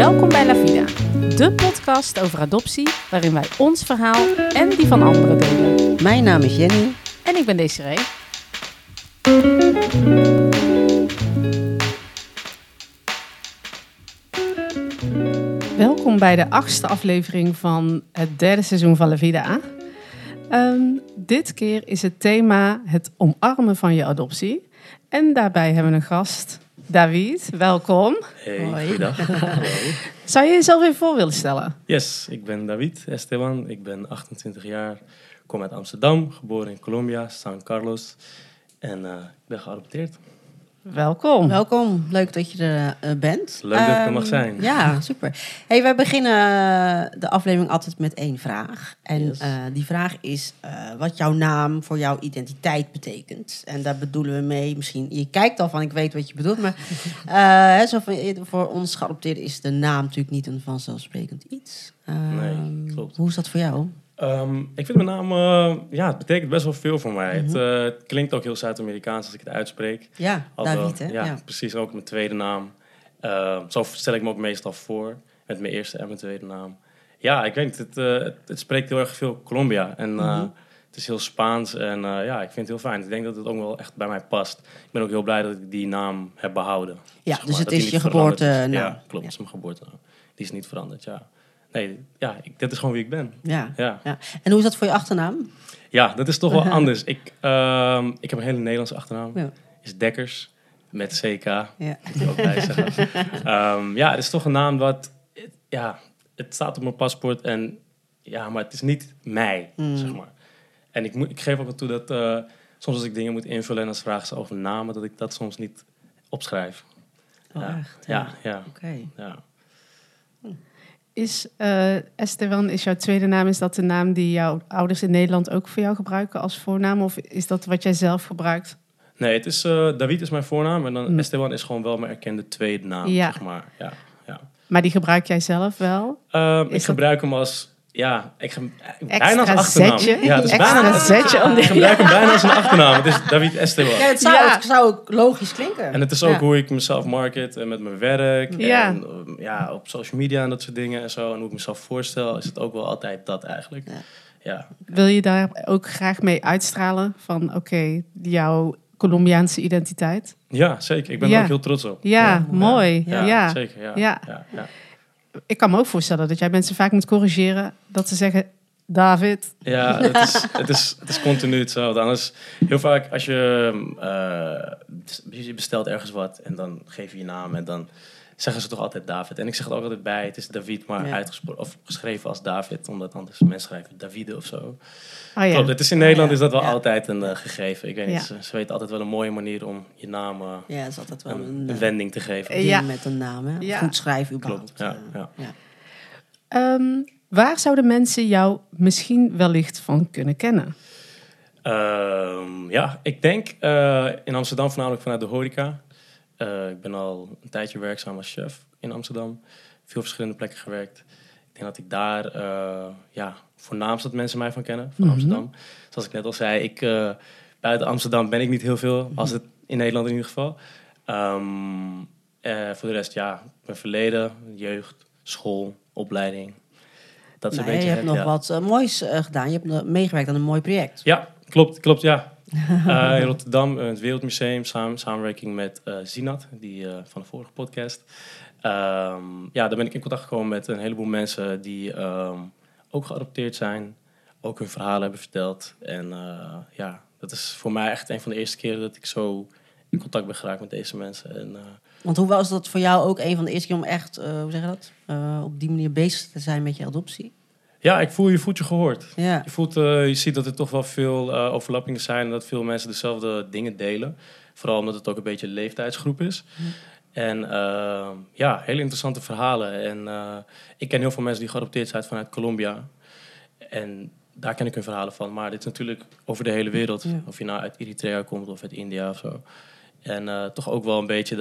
Welkom bij La Vida, de podcast over adoptie, waarin wij ons verhaal en die van anderen delen. Mijn naam is Jenny. En ik ben Desiree. Welkom bij de 8e aflevering van het 3e seizoen van La Vida. Dit keer is het thema het omarmen van je adoptie. En daarbij hebben we een gast, David. Welkom. Hey, Hoi. goeiedag. Hallo. Zou je jezelf even voor willen stellen? Yes, ik ben David Esteban. Ik ben 28 jaar. Kom uit Amsterdam, geboren in Colombia, San Carlos. En ik ben geadopteerd. Welkom. Welkom, leuk dat je er bent. Leuk dat ik er mag zijn. Ja, super. Hey, wij beginnen de aflevering altijd met 1 vraag. En Yes. die vraag is wat jouw naam voor jouw identiteit betekent. En daar bedoelen we mee, misschien, je kijkt al van, ik weet wat je bedoelt. Maar zo van, voor ons geadopteerden is de naam natuurlijk niet een vanzelfsprekend iets. Nee, klopt. Hoe is dat voor jou? Ik vind mijn naam, het betekent best wel veel voor mij. Het klinkt ook heel Zuid-Amerikaans als ik het uitspreek. Ja, Alhoewel, David, hè? Ja, precies, ook mijn tweede naam. Zo stel ik me ook meestal voor, met mijn eerste en mijn tweede naam. Ja, ik weet niet, het spreekt heel erg veel Colombia. En het is heel Spaans en ik vind het heel fijn. Ik denk dat het ook wel echt bij mij past. Ik ben ook heel blij dat ik die naam heb behouden. Ja, zeg dus maar, het dat die is niet je veranderd is. geboortenaam. Ja, klopt, het is mijn geboortenaam. Die is niet veranderd, ja. Nee, ja, dit is gewoon wie ik ben. Ja. Ja. Ja. En hoe is dat voor je achternaam? Ja, dat is toch wel anders. Ik heb een hele Nederlandse achternaam. Ja. Is Dekkers, met CK. Ja. Moet ik ook bij zeggen. Het is toch een naam wat... het staat op mijn paspoort en... Ja, maar het is niet mij, zeg maar. En ik geef ook wel toe dat... soms als ik dingen moet invullen en als vragen ze over namen... dat ik dat soms niet opschrijf. Oh, Ja. echt? Ja. Oké. Ja. Is Esteban, is jouw tweede naam, is dat de naam die jouw ouders in Nederland ook voor jou gebruiken als voornaam? Of is dat wat jij zelf gebruikt? Nee, het is... David is mijn voornaam en dan Esteban is gewoon wel mijn erkende tweede naam, Ja. zeg maar. Ja. Maar die gebruik jij zelf wel? Ik gebruik hem als... Ja, bijna als Extra achternaam. zetje? Ja, het is Extra bijna zetje om ik gebruik hem bijna als een achternaam. Het is David Esteban. Ja, het zou ook logisch klinken. En het is ook Ja. hoe ik mezelf market en met mijn werk. Ja. En op social media en dat soort dingen en zo. En hoe ik mezelf voorstel, is het ook wel altijd dat eigenlijk. Ja. Ja. Wil je daar ook graag mee uitstralen van jouw Colombiaanse identiteit? Ja, zeker. Ik ben er ook heel trots op. Ja, mooi. Ja. Zeker. Ja. Ja. Ja. Ik kan me ook voorstellen dat jij mensen vaak moet corrigeren. Dat ze zeggen, David. Ja, het is continu hetzelfde. Anders, heel vaak als je bestelt ergens wat en dan geef je je naam en dan zeggen ze toch altijd David. En ik zeg het ook altijd bij, het is David, maar uitgesproken of geschreven als David, omdat anders mensen schrijven Davide of zo. Oh, ja. Klopt, het is in Nederland is dat wel Ja. altijd een gegeven. Ik weet niet, Ja. ze weten altijd wel een mooie manier om je naam Ja, het is altijd wel een wending te geven. ding Ja. met een naam. Hè? Of Ja. goed schrijven überhaupt. Klopt, ja. Waar zouden mensen jou misschien wellicht van kunnen kennen? Ik denk in Amsterdam voornamelijk vanuit de horeca. Ik ben al een tijdje werkzaam als chef in Amsterdam. Veel verschillende plekken gewerkt. Ik denk dat ik daar voornaamst dat mensen mij van kennen, van Amsterdam. Zoals ik net al zei, buiten Amsterdam ben ik niet heel veel, als het in Nederland in ieder geval. Voor de rest, mijn verleden, jeugd, school, opleiding. Dat is een Nee, beetje je hebt het, nog wat moois gedaan. Je hebt meegewerkt aan een mooi project. Ja, klopt, ja. In Rotterdam, het Wereldmuseum, samenwerking met Zinat, die van de vorige podcast. Daar ben ik in contact gekomen met een heleboel mensen die ook geadopteerd zijn, ook hun verhalen hebben verteld. En dat is voor mij echt een van de eerste keren dat ik zo in contact ben geraakt met deze mensen. En, Want hoe was dat voor jou ook een van de eerste keer om echt, hoe zeg je dat, op die manier bezig te zijn met je adoptie? ja, je voelt je gehoord. Ja. Je ziet dat er toch wel veel overlappingen zijn en dat veel mensen dezelfde dingen delen. Vooral omdat het ook een beetje een leeftijdsgroep is. En hele interessante verhalen. En ik ken heel veel mensen die geadopteerd zijn vanuit Colombia. En daar ken ik hun verhalen van. Maar dit is natuurlijk over de hele wereld. Ja. Of je nou uit Eritrea komt of uit India of zo. En toch ook wel een beetje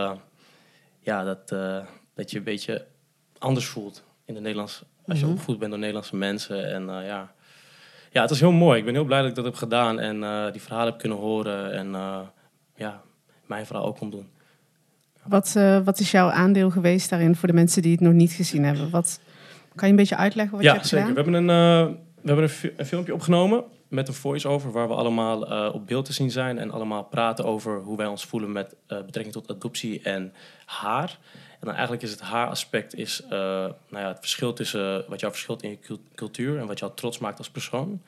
dat je een beetje anders voelt in de Nederlandse... Als je opgevoed bent door Nederlandse mensen. En het is heel mooi. Ik ben heel blij dat ik dat heb gedaan. En die verhalen heb kunnen horen. En mijn verhaal ook kon doen. Wat is jouw aandeel geweest daarin voor de mensen die het nog niet gezien hebben? Kan je een beetje uitleggen wat je hebt zeker. gedaan? We hebben een filmpje opgenomen met een voice-over waar we allemaal op beeld te zien zijn en allemaal praten over hoe wij ons voelen met betrekking tot adoptie en haar. En dan eigenlijk is het haaraspect het verschil tussen wat jou verschilt in je cultuur en wat jou trots maakt als persoon.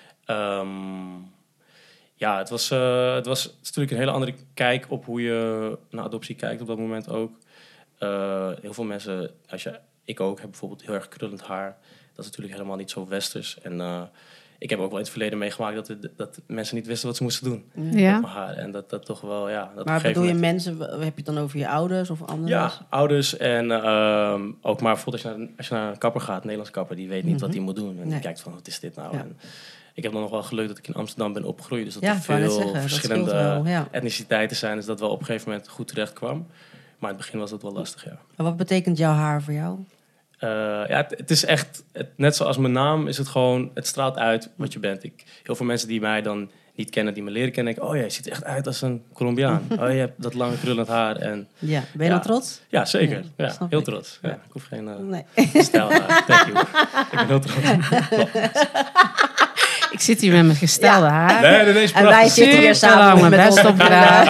Het is natuurlijk een hele andere kijk op hoe je naar adoptie kijkt op dat moment ook. Heel veel mensen, ik ook, heb bijvoorbeeld heel erg krullend haar. Dat is natuurlijk helemaal niet zo westers. En ik heb ook wel in het verleden meegemaakt dat mensen niet wisten wat ze moesten doen met mijn haar. En dat toch wel, maar bedoel je mensen, heb je het dan over je ouders of anderen? Ja, ouders en ook maar bijvoorbeeld als je naar een kapper gaat, een Nederlandse kapper, die weet niet wat hij moet doen. En die kijkt van, wat is dit nou? Ja. En ik heb dan nog wel geluk dat ik in Amsterdam ben opgegroeid. Dus dat er veel verschillende etniciteiten zijn. Dus dat wel op een gegeven moment goed terecht kwam. Maar in het begin was dat wel lastig, ja. En wat betekent jouw haar voor jou? Het is echt, net zoals mijn naam, is het gewoon, het straalt uit wat je bent. Heel veel mensen die mij dan niet kennen, die me leren kennen, denken, oh, jij ziet er echt uit als een Colombiaan. Oh, je hebt dat lange krullend haar. En, ben je dan trots? Ja, zeker. Ja, heel trots. Ja, ik hoef geen stijl haar. Thank you. Ik ben heel trots. Ik zit hier met mijn gestelde haar. Nee, en wij zitten hier samen met mijn best op gedaan.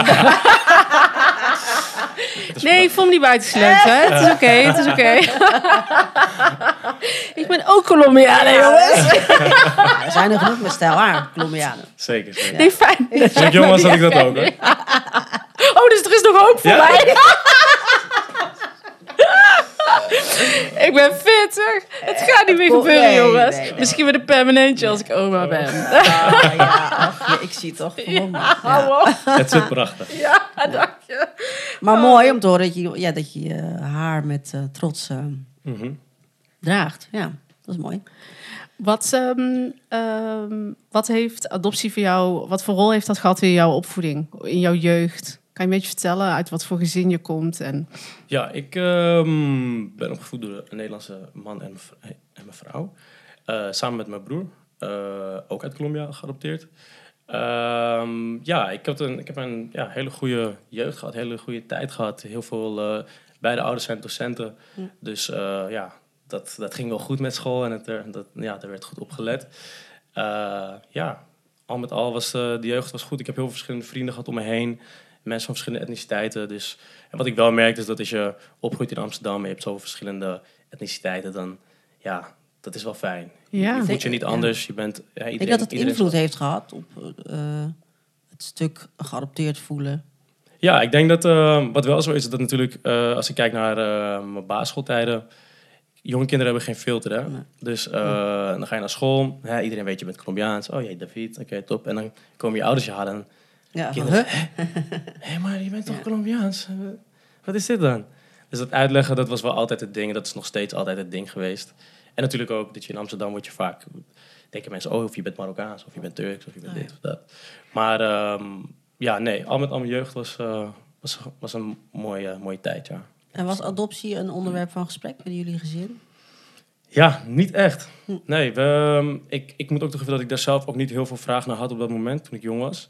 Nee, ik vond hem niet buitensluiten. Hè? Het is oké. Ik ben ook Colombiaan, jongens. Er zijn er genoeg met stijl haar, Colombianen. Zeker. Nee, fijn. Toen ik jong was, had ik dat ook, hoor. Oh, dus er is nog hoop voor mij. Ik ben fit, zeg. Het gaat niet meer gebeuren, jongens. Nee. Misschien met een permanentje als ik oma ben. Ik zie het toch. Het zit prachtig. Ja, dank je. Maar mooi om te horen dat je je haar met trots draagt. Ja, dat is mooi. Wat heeft adoptie voor jou, wat voor rol heeft dat gehad in jouw opvoeding, in jouw jeugd? Kan je een beetje vertellen uit wat voor gezin je komt? Ja, ik ben opgevoed door een Nederlandse man en mijn vrouw. Samen met mijn broer. Ook uit Colombia geadopteerd. Ik heb een hele goede jeugd gehad. Hele goede tijd gehad. Heel veel... beide ouders zijn docenten. Ja. Dus dat ging wel goed met school. En er werd goed op gelet. Al met al was de jeugd was goed. Ik heb heel veel verschillende vrienden gehad om me heen. Mensen van verschillende etniciteiten. Dus, en wat ik wel merk is dat als je opgroeit in Amsterdam en je hebt zoveel verschillende etniciteiten, dan dat is wel fijn. Je voelt je niet anders. Je bent, ik denk dat het invloed heeft gehad op het stuk geadopteerd voelen. Ja, ik denk dat wat wel zo is, dat natuurlijk als ik kijk naar mijn basisschooltijden, jonge kinderen hebben geen filter, hè? Nee. Dus dan ga je naar school. Iedereen weet je bent Colombiaans. Oh, jij David. Oké, top. En dan komen je ouders je halen. Ja, maar je bent toch Colombiaans? Wat is dit dan? Dus dat uitleggen, dat was wel altijd het ding. Dat is nog steeds altijd het ding geweest. En natuurlijk ook dat je in Amsterdam wordt je vaak... denken mensen, of je bent Marokkaans, of je bent Turks, of je bent dit of dat. Maar al met al mijn jeugd was een mooie tijd, ja. En was adoptie een onderwerp van gesprek bij jullie gezin? Ja, niet echt. Nee, ik moet ook toegeven dat ik daar zelf ook niet heel veel vraag naar had op dat moment, toen ik jong was.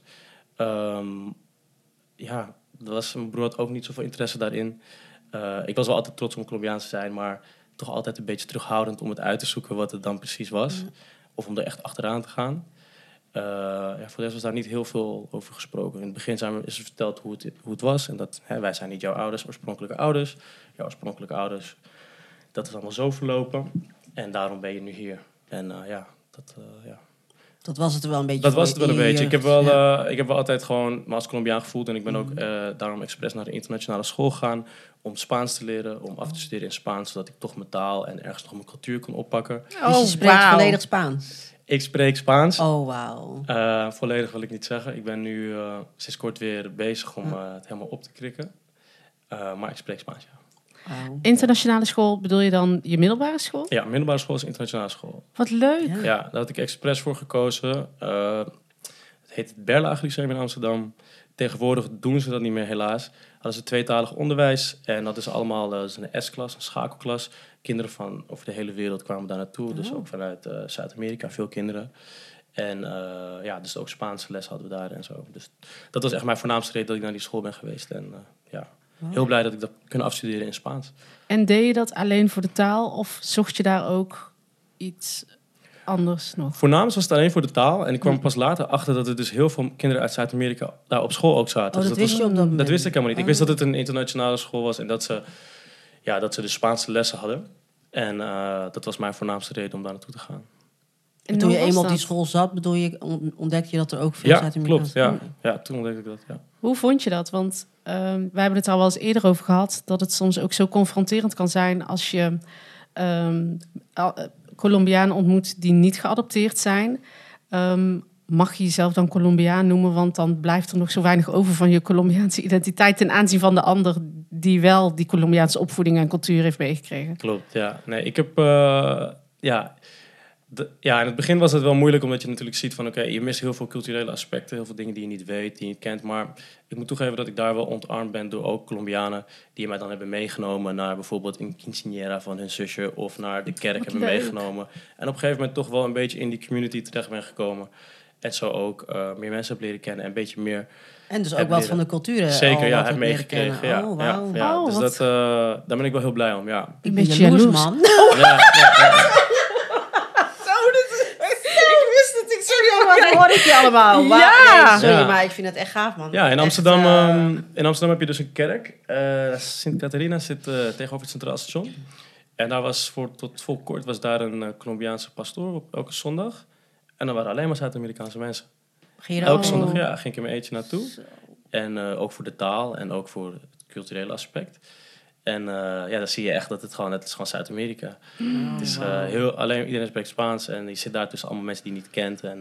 Mijn broer had ook niet zoveel interesse daarin. Ik was wel altijd trots om Colombiaans te zijn, maar toch altijd een beetje terughoudend om het uit te zoeken wat het dan precies was. Of om er echt achteraan te gaan. Voor de rest was daar niet heel veel over gesproken. In het begin is er verteld hoe het was. En dat wij zijn niet jouw oorspronkelijke ouders. Jouw oorspronkelijke ouders. Dat is allemaal zo verlopen. En daarom ben je nu hier. En dat was het wel een beetje. Dat was het wel een beetje. Ik heb wel altijd gewoon me als Colombiaan gevoeld. En ik ben ook daarom expres naar de internationale school gegaan. Om Spaans te leren. Om af te studeren in Spaans. Zodat ik toch mijn taal en ergens nog mijn cultuur kon oppakken. Dus je spreekt volledig Spaans? Ik spreek Spaans. Oh, wauw. Volledig wil ik niet zeggen. Ik ben nu sinds kort weer bezig om het helemaal op te krikken. Maar ik spreek Spaans, ja. Wow. Internationale school, bedoel je dan je middelbare school? Ja, middelbare school is internationale school. Wat leuk. Ja, daar had ik expres voor gekozen. Het heet het Berlage Lyceum in Amsterdam. Tegenwoordig doen ze dat niet meer, helaas. Hadden ze tweetalig onderwijs. En dat is allemaal een S-klas, een schakelklas. Kinderen van over de hele wereld kwamen daar naartoe. Dus ook vanuit Zuid-Amerika, veel kinderen. En dus ook Spaanse les hadden we daar en zo. Dus dat was echt mijn voornaamste reden dat ik naar die school ben geweest. En heel blij dat ik dat kunnen afstuderen in Spaans. En deed je dat alleen voor de taal of zocht je daar ook iets anders nog? Voornamelijk was het alleen voor de taal. En ik kwam pas later achter dat er dus heel veel kinderen uit Zuid-Amerika daar op school ook zaten. Oh, Dus dat wist je op dat moment? Dat wist ik helemaal niet. Ik wist Oh. dat het een internationale school was en dat ze de Spaanse lessen hadden. En dat was mijn voornaamste reden om daar naartoe te gaan. En toen je hoe was eenmaal op die dat? school zat, ontdekte je dat er ook veel Ja, Zuid-Amerikaanse... klopt. Ja, toen ontdekte ik dat, ja. Hoe vond je dat? Want wij hebben het er al wel eens eerder over gehad, dat het soms ook zo confronterend kan zijn als je Colombianen ontmoet die niet geadopteerd zijn. Mag je jezelf dan Colombiaan noemen? Want dan blijft er nog zo weinig over van je Colombiaanse identiteit ten aanzien van de ander die wel die Colombiaanse opvoeding en cultuur heeft meegekregen. Klopt, ja. Nee, ik heb... in het begin was het wel moeilijk, omdat je natuurlijk ziet van... oké, je mist heel veel culturele aspecten, heel veel dingen die je niet weet, die je niet kent. Maar ik moet toegeven dat ik daar wel ontarmd ben door ook Colombianen... die mij dan hebben meegenomen naar bijvoorbeeld een quinceañera van hun zusje... of naar de kerk hebben leuk. meegenomen. En op een gegeven moment toch wel een beetje in die community terecht ben gekomen. En zo ook meer mensen heb leren kennen en een beetje meer... En dus ook Heb wat leren- van de culturen Zeker, al ja, wat heb leren meegekregen. kennen. Ja, Oh, wauw. ja. Oh, Dus wat- daar ben ik wel heel blij om, ja. Ik Een ben beetje jaloers, jaloers. man. Ja. Ik wist het, ik sorry, maar dat hoor ik je allemaal. Ja. Nee, sorry, Ja. maar ik vind het echt gaaf, man. Ja, in Echt, Amsterdam, in Amsterdam heb je dus een kerk. Sint Catharina zit tegenover het Centraal Station. En daar was tot voor kort was daar een Colombiaanse pastoor op elke zondag. En dan waren alleen maar Zuid-Amerikaanse mensen. Ging je er Elke ook- zondag ging ik in mijn eentje naartoe. En ook voor de taal en ook voor het culturele aspect. En dan zie je echt dat het is gewoon Zuid-Amerika. Het is iedereen spreekt Spaans en je zit daar tussen allemaal mensen die je niet kent. En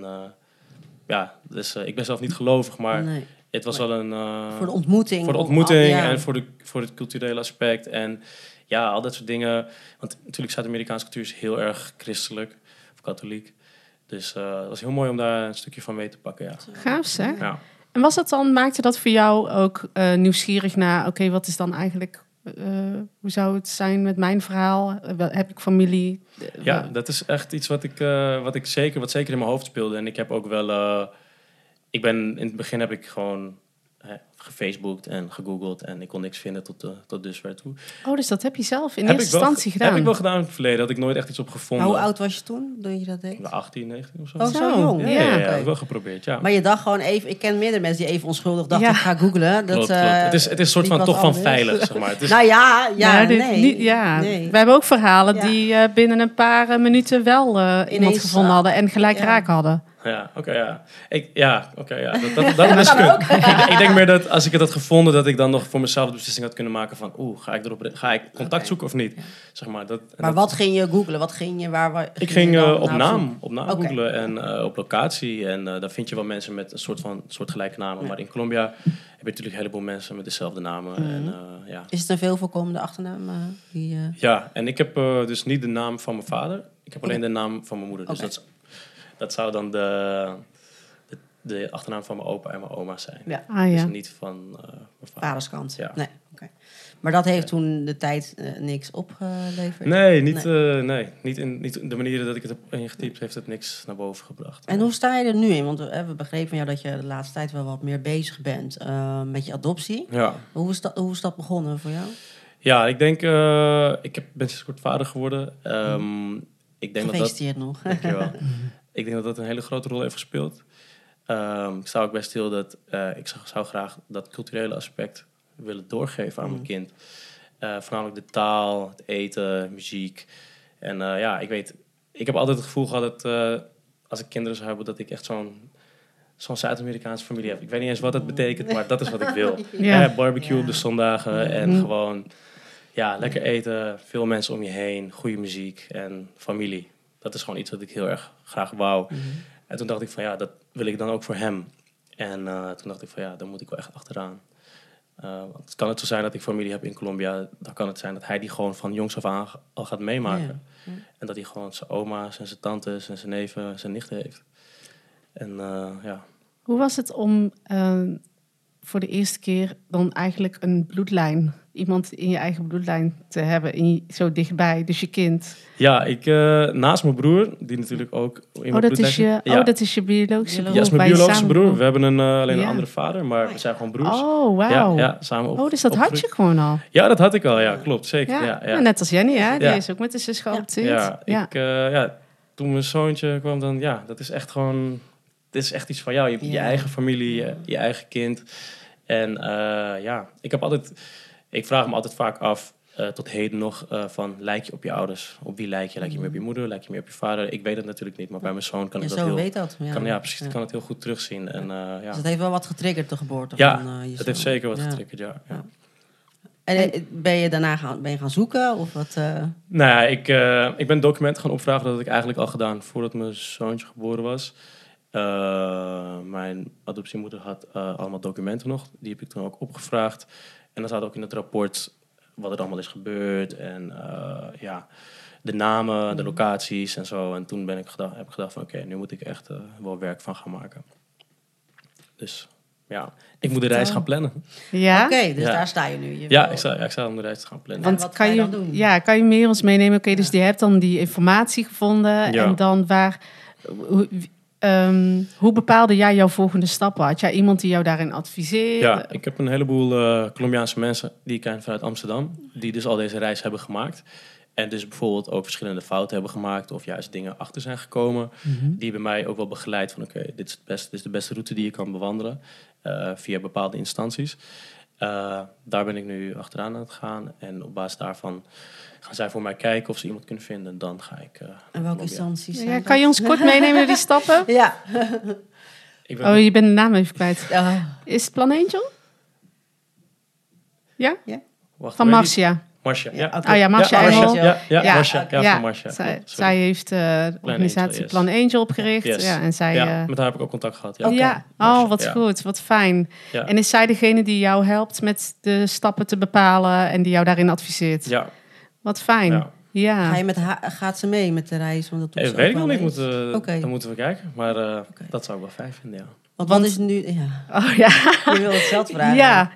dus ik ben zelf niet gelovig, maar Nee. het was wel een... Voor de ontmoeting. voor de ontmoeting Ja. en voor het culturele aspect. En ja, al dat soort dingen. Want natuurlijk Zuid-Amerikaanse cultuur is heel erg christelijk of katholiek. Dus het was heel mooi om daar een stukje van mee te pakken, ja. Gaaf zeg. Ja. En maakte dat voor jou ook nieuwsgierig naar, oké, wat is dan eigenlijk, hoe zou het zijn met mijn verhaal? Heb ik familie? Ja, dat is echt iets wat zeker in mijn hoofd speelde. En ik heb ook wel... in het begin heb ik gewoon gefacebooked en gegoogeld en ik kon niks vinden tot dusver toe. Oh, dus dat heb je zelf in Heb eerste ik wel instantie gedaan? Heb ik wel gedaan in het verleden, had ik nooit echt iets op gevonden. Maar hoe oud was je toen, toen je dat deed? 18, 19 of zo. Oh, Zo, zo jong. ja. Ja, Oké. heb ik wel geprobeerd, ja. Maar je dacht gewoon even... Ik ken meerdere mensen die even onschuldig dachten... Ja. Ik ga googlen. Dat, Klopt. Het is een soort niet van wat toch van anders. veilig, zeg maar. Het is, Nou ja, Nou, nee. We hebben ook verhalen Ja. die binnen een paar minuten wel iemand Ineens, gevonden hadden en gelijk ja. raak hadden. Ja, oké, ja. Dat is kut. Ik denk meer dat als ik het had gevonden, dat ik dan nog voor mezelf de beslissing had kunnen maken van, ga ik contact zoeken of niet? Zeg maar, Maar wat ging je googlen? Wat ging je... Ik ging je dan op naar naam zoeken? Oké. googlen en op locatie. En dan vind je wel mensen met een soort gelijke namen. Ja. Maar in Colombia heb je natuurlijk een heleboel mensen met dezelfde namen. En, ja. Is het een veel voorkomende achternaam? Ja, en ik heb dus niet de naam van mijn vader. Ik heb alleen de naam van mijn moeder. Dus Oké. dat zou dan de achternaam van mijn opa en mijn oma zijn. Ja, Ah Dus ja. niet van mijn vader. vaderskant. Ja. Nee, oké. Maar dat heeft toen de tijd niks opgeleverd? Nee, niet in de manieren dat ik het heb ingetypt, heeft het niks naar boven gebracht. En hoe sta je er nu in? Want we begrepen van jou dat je de laatste tijd wel wat meer bezig bent met je adoptie. Ja. Hoe is dat begonnen voor jou? Ja, ik denk, ben sinds kort vader geworden. Ik denk dat Gefeliciteerd nog. dankjewel. Ik denk dat dat een hele grote rol heeft gespeeld. Ik sta ook best stil dat ik zou graag dat culturele aspect willen doorgeven aan mijn kind. Voornamelijk de taal, het eten, muziek. En ik heb altijd het gevoel gehad dat als ik kinderen zou hebben, dat ik echt zo'n Zuid-Amerikaanse familie heb. Ik weet niet eens wat dat betekent, maar dat is wat ik wil. Ja. Barbecue op de zondagen en Mhm. gewoon lekker eten, veel mensen om je heen, goede muziek en familie. Dat is gewoon iets wat ik heel erg graag wou. En toen dacht ik van dat wil ik dan ook voor hem. En toen dacht ik van daar moet ik wel echt achteraan. Want kan het zo zijn dat ik familie heb in Colombia, dan kan het zijn dat hij die gewoon van jongs af aan al gaat meemaken. Ja. En dat hij gewoon zijn oma's en zijn tantes en zijn neven en zijn nichten heeft. En Hoe was het om voor de eerste keer dan eigenlijk een bloedlijn iemand in je eigen bloedlijn te hebben, zo dichtbij, dus je kind. Ja, ik naast mijn broer, die natuurlijk ook in mijn Dat is bloedlijn je, zit. dat is je biologische broer. Ja, is mijn waar je biologische samen broer. woont. We hebben alleen Ja. een andere vader, maar we zijn gewoon broers. Oh, wauw. Ja, samen op. Dus dat had je gewoon al. Ja, dat had ik al. Ja, klopt. Zeker. Ja. Ja. Net als Jenny, hè? Die Ja. is ook met de zus geadopteerd. Ja, toen mijn zoontje kwam, dan dat is echt gewoon... Het is echt iets van jou. Je hebt je eigen familie, je eigen kind. En ik vraag me altijd vaak af, tot heden nog, van lijk je op je ouders? Op wie lijk je? Lijk je meer op je moeder? Lijk je meer op je vader? Ik weet het natuurlijk niet, maar bij mijn zoon kan ik dat heel... weet dat. Ja. Precies. Ik kan het heel goed terugzien. En, Dus het heeft wel wat getriggerd, de geboorte ja, van je het zoon. heeft zeker wat getriggerd, ja. En ben je daarna gaan zoeken? Of wat, Nou ja, ik ben documenten gaan opvragen. Dat had ik eigenlijk al gedaan voordat mijn zoontje geboren was. Mijn adoptiemoeder had allemaal documenten nog. Die heb ik toen ook opgevraagd. En dan staat ook in het rapport wat er allemaal is gebeurd. En de namen, de locaties en zo. En toen heb ik gedacht van oké, nu moet ik echt wel werk van gaan maken. Dus ja, ik moet de reis gaan plannen. Ja? Oké, dus daar sta je nu. Ik sta om de reis te gaan plannen. Want wat ga je dan doen? Ja, kan je meer ons meenemen? Oké, dus je hebt dan die informatie gevonden. Ja. En dan hoe bepaalde jij jouw volgende stappen? Had jij iemand die jou daarin adviseert? Ja, ik heb een heleboel Colombiaanse mensen die ik ken vanuit Amsterdam. Die dus al deze reis hebben gemaakt. En dus bijvoorbeeld ook verschillende fouten hebben gemaakt. Of juist dingen achter zijn gekomen. Die hebben mij ook wel begeleid van oké, dit is de beste route die je kan bewandelen. Via bepaalde instanties. Daar ben ik nu achteraan aan het gaan. En op basis daarvan gaan zij voor mij kijken of ze iemand kunnen vinden. Dan ga ik... En welke instanties zijn dat? Kan je ons kort meenemen door die stappen? Ja. Je bent de naam even kwijt. Oh. Is het Plan Angel? Ja? Wacht, Van Marcia. Marcia, ja. oké. Oh ja, Marcia Ja, Engel. Marcia. Ja, van Marcia. Zij heeft de organisatie Angel, yes. Plan Angel opgericht. Yes. Ja, en zij, met haar heb ik ook contact gehad. Ja. Oké. Wat goed, wat fijn. Ja. En is zij degene die jou helpt met de stappen te bepalen en die jou daarin adviseert? Ja. Wat fijn. Ja. Gaat ze mee met de reis? Want dat doet ze Weet ook ik nog wel niet. eens. Dan moeten we kijken. Maar dat zou ik wel fijn vinden, ja. Want wat is nu... Ja. Oh ja. Je wil hetzelfde vragen.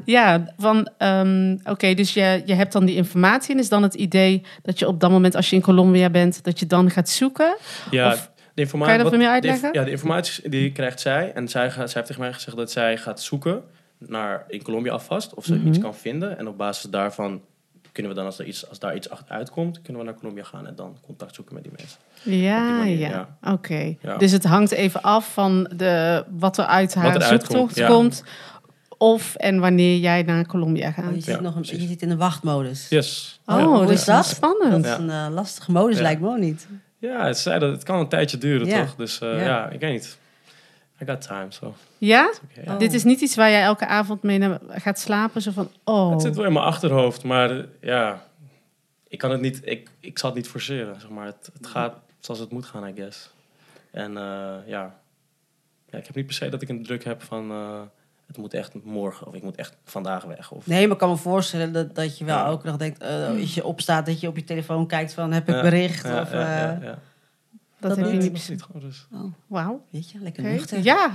Dus je hebt dan die informatie en is dan het idee dat je op dat moment, als je in Colombia bent, dat je dan gaat zoeken? Ja, Of de informatie, kan je dat voor meer uitleggen? De informatie die krijgt zij. En zij heeft tegen mij gezegd dat zij gaat zoeken naar in Colombia alvast. Of ze iets kan vinden. En op basis daarvan kunnen we dan, als daar iets uitkomt, kunnen we naar Colombia gaan en dan contact zoeken met die mensen. Ja. Oké. Ja. Dus het hangt even af van wat er uit haar zoektocht komt. Of en wanneer jij naar Colombia gaat. Je zit in de wachtmodus. Yes. Hoe is dat? Spannend. Dat is een lastige modus, lijkt me ook niet. Ja, het zei dat het kan een tijdje duren, Ja. toch? Dus ik weet niet. I got time, so. Ja? Okay. Dit is niet iets waar jij elke avond mee gaat slapen? Zo van, Het zit wel in mijn achterhoofd, maar ik kan het niet... Ik zal het niet forceren, zeg maar. Het gaat zoals het moet gaan, I guess. En ik heb niet per se dat ik een druk heb van... het moet echt morgen of ik moet echt vandaag weg. Of... Nee, maar ik kan me voorstellen dat je wel elke dag denkt... als je opstaat, dat je op je telefoon kijkt van... heb ik bericht? Dat heb je niet. Dus. Wauw. Weet je, lekker nuchter. Ja.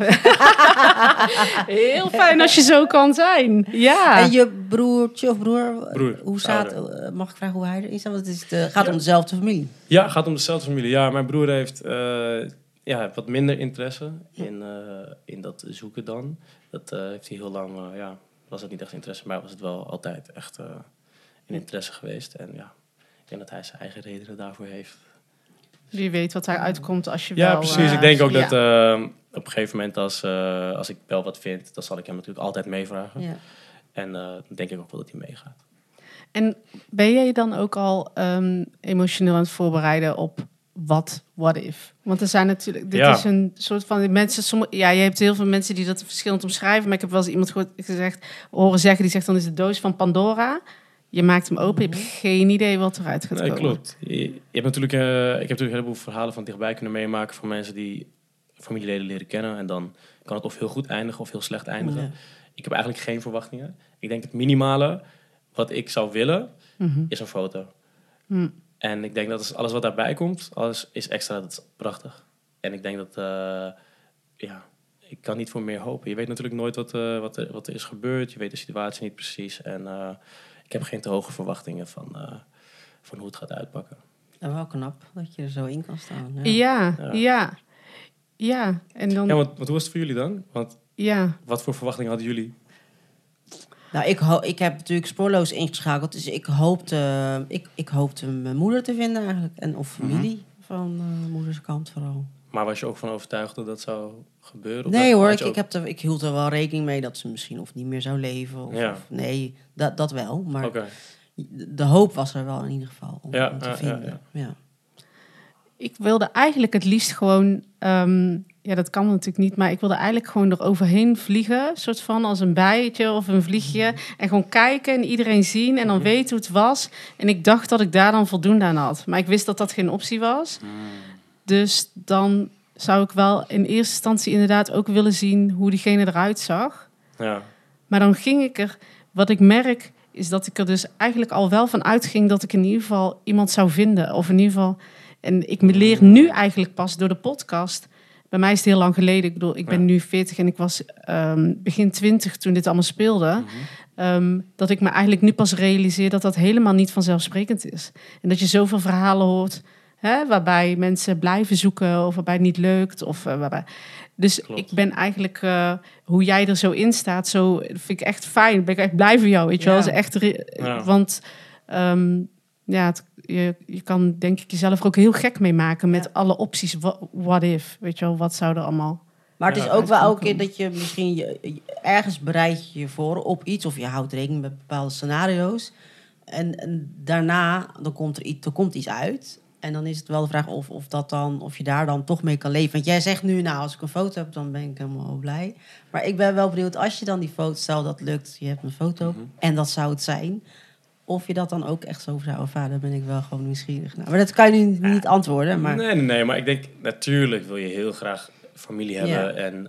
Heel fijn als je zo kan zijn. Ja. En je broertje of broer, hoe staat... mag ik vragen hoe hij erin staat? Want het gaat om dezelfde familie. Ja, het gaat om dezelfde familie. Ja, mijn broer heeft wat minder interesse in dat zoeken dan. Dat heeft hij heel lang... was het niet echt interesse, maar was het wel altijd echt een interesse geweest. En ik denk dat hij zijn eigen redenen daarvoor heeft. Wie weet wat daaruit komt als je wel... Ja, precies. Ik denk ook dat op een gegeven moment als ik wel wat vind, dan zal ik hem natuurlijk altijd meevragen. Ja. En dan denk ik ook wel dat hij meegaat. En ben jij dan ook al emotioneel aan het voorbereiden op what if? Want er zijn natuurlijk... Dit is een soort van... mensen. Je hebt heel veel mensen die dat verschillend omschrijven, maar ik heb wel eens iemand horen zeggen, die zegt dan is de doos van Pandora... Je maakt hem open, je hebt geen idee wat eruit gaat komen. Klopt. Ik heb natuurlijk een heleboel verhalen van dichtbij kunnen meemaken van mensen die familieleden leren kennen. En dan kan het of heel goed eindigen of heel slecht eindigen. Ja. Ik heb eigenlijk geen verwachtingen. Ik denk het minimale wat ik zou willen, is een foto. En ik denk dat alles wat daarbij komt, alles is extra, dat is prachtig. En ik denk dat, ik kan niet voor meer hopen. Je weet natuurlijk nooit wat er is gebeurd. Je weet de situatie niet precies. En ik heb geen te hoge verwachtingen van hoe het gaat uitpakken. Wel knap dat je er zo in kan staan. Ja. En dan... Ja, want hoe was het voor jullie dan? Want wat voor verwachtingen hadden jullie? Nou, ik heb natuurlijk spoorloos ingeschakeld. Dus ik hoopte mijn moeder te vinden eigenlijk. Of familie van moeders kant vooral. Maar was je ook van overtuigd dat dat zou gebeuren? Nee hoor, ik hield er wel rekening mee dat ze misschien of niet meer zou leven. Nee, dat wel. Maar de hoop was er wel in ieder geval om te vinden. Ja. Ik wilde eigenlijk het liefst gewoon... dat kan natuurlijk niet, maar ik wilde eigenlijk gewoon eroverheen vliegen. Soort van als een bijtje of een vliegje. En gewoon kijken en iedereen zien en dan weten hoe het was. En ik dacht dat ik daar dan voldoende aan had. Maar ik wist dat dat geen optie was. Dus dan zou ik wel in eerste instantie inderdaad ook willen zien hoe diegene eruit zag. Ja. Maar dan ging ik er... Wat ik merk is dat ik er dus eigenlijk al wel van uitging dat ik in ieder geval iemand zou vinden. Of in ieder geval... En ik leer nu eigenlijk pas door de podcast. Bij mij is het heel lang geleden. Ik bedoel, ik ben nu 40 en ik was begin 20 toen dit allemaal speelde. Dat ik me eigenlijk nu pas realiseer dat dat helemaal niet vanzelfsprekend is. En dat je zoveel verhalen hoort waarbij mensen blijven zoeken of waarbij het niet lukt. Dus klopt. Ik ben eigenlijk, hoe jij er zo in staat, zo vind ik echt fijn. Ben ik echt blij voor jou, weet je wel. Echt, want... je kan denk ik jezelf er ook heel gek mee maken met alle opties. What if? Weet je wel, wat zou er allemaal... Maar het is ook wel elke keer dat je misschien ergens bereid je voor op iets, of je houdt rekening met bepaalde scenario's. En daarna dan komt iets uit. En dan is het wel de vraag of je daar dan toch mee kan leven. Want jij zegt nu, nou, als ik een foto heb, dan ben ik helemaal blij. Maar ik ben wel benieuwd, als je dan die foto, stel dat lukt, je hebt een foto en dat zou het zijn. Of je dat dan ook echt zo zou ervaren, daar ben ik wel gewoon nieuwsgierig naar. Maar dat kan je nu niet antwoorden. Maar... Nee, maar ik denk, natuurlijk wil je heel graag familie hebben. En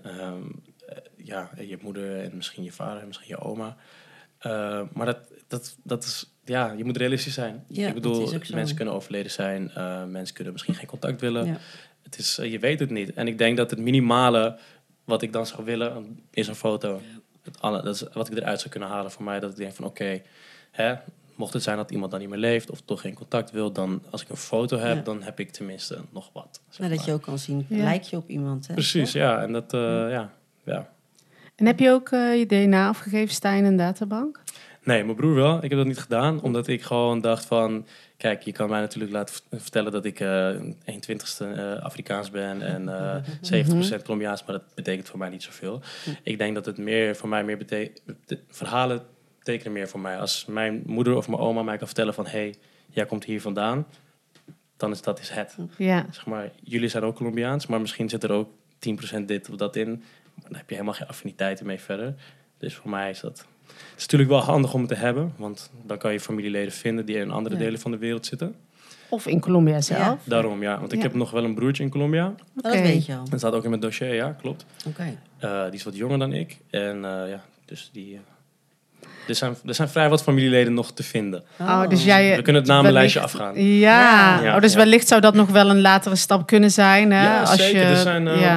je moeder en misschien je vader en misschien je oma. Maar dat is, je moet realistisch zijn. Ja, ik bedoel, mensen kunnen overleden zijn. Mensen kunnen misschien geen contact willen. Ja. Het is, je weet het niet. En ik denk dat het minimale wat ik dan zou willen, is een foto. Dat is wat ik eruit zou kunnen halen voor mij. Dat ik denk van mocht het zijn dat iemand dan niet meer leeft of toch geen contact wil, dan als ik een foto heb, dan heb ik tenminste nog wat. Dat je ook kan zien, lijkt je op iemand. Hè? Precies, ja. En dat, ja. En heb je ook je DNA afgegeven, Stijn, in een databank? Nee, mijn broer wel. Ik heb dat niet gedaan, omdat ik gewoon dacht van... Kijk, je kan mij natuurlijk laten vertellen dat ik 1/20ste Afrikaans ben en 70% Colombiaans, maar dat betekent voor mij niet zoveel. Ik denk dat het voor mij meer betekent... Verhalen betekenen meer voor mij. Als mijn moeder of mijn oma mij kan vertellen van... Hey, jij komt hier vandaan, dan is dat het. Ja. Zeg maar, jullie zijn ook Colombiaans, maar misschien zit er ook 10% dit of dat in. Maar dan heb je helemaal geen affiniteiten mee verder. Dus voor mij is dat... Het is natuurlijk wel handig om het te hebben, want dan kan je familieleden vinden die in andere delen van de wereld zitten. Of in Colombia zelf. Ja. Daarom, ja. Want ik heb nog wel een broertje in Colombia. Dat weet je al. Dat staat ook in mijn dossier, ja, klopt. Okay. Die is wat jonger dan ik. En dus die... Er zijn vrij wat familieleden nog te vinden. Dus jij, we kunnen het namenlijstje afgaan. Ja. Dus wellicht zou dat nog wel een latere stap kunnen zijn. Hè? Ja, als zeker. Je,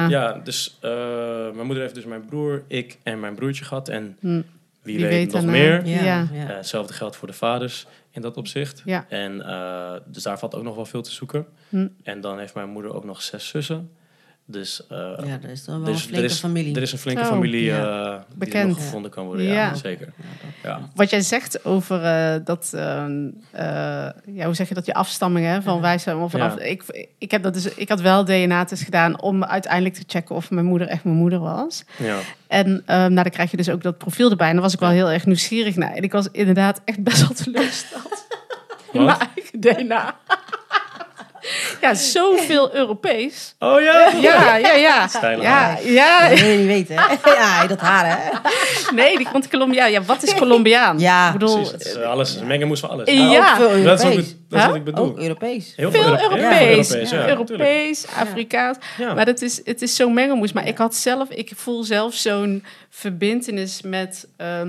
mijn moeder heeft dus mijn broer, ik en mijn broertje gehad. En wie weet nog meer. Hetzelfde geldt voor de vaders in dat opzicht. Ja. En dus daar valt ook nog wel veel te zoeken. En dan heeft mijn moeder ook nog 6 zussen. Dus er is dan wel een flinke familie. Er is een flinke familie die nog gevonden kan worden. Ja, zeker. Wat jij zegt over dat, hoe zeg je dat, je afstamming hè, van wij zijn vanaf. Ik heb dat dus, ik had wel DNA-test gedaan om uiteindelijk te checken of mijn moeder echt mijn moeder was. Ja. En dan krijg je dus ook dat profiel erbij. En daar was ik wel heel erg nieuwsgierig naar. En ik was inderdaad echt best wel teleurgesteld in mijn eigen DNA. Ja, zoveel Europees. Oh ja? Ja. Stijlen Dat wil je niet weten, hè? Ja, dat haar, hè? Nee, die vond Colombiaan. Ja, wat is Colombiaan? Ja, ik bedoel, precies. Het is alles, mengelmoes van alles. Ja, veel Europees. Dat is wat ik bedoel. Ook Europees. Heel veel Europees. Europees, Afrikaans. Ja. Maar het is zo'n mengelmoes. Maar ik voel zelf zo'n verbintenis met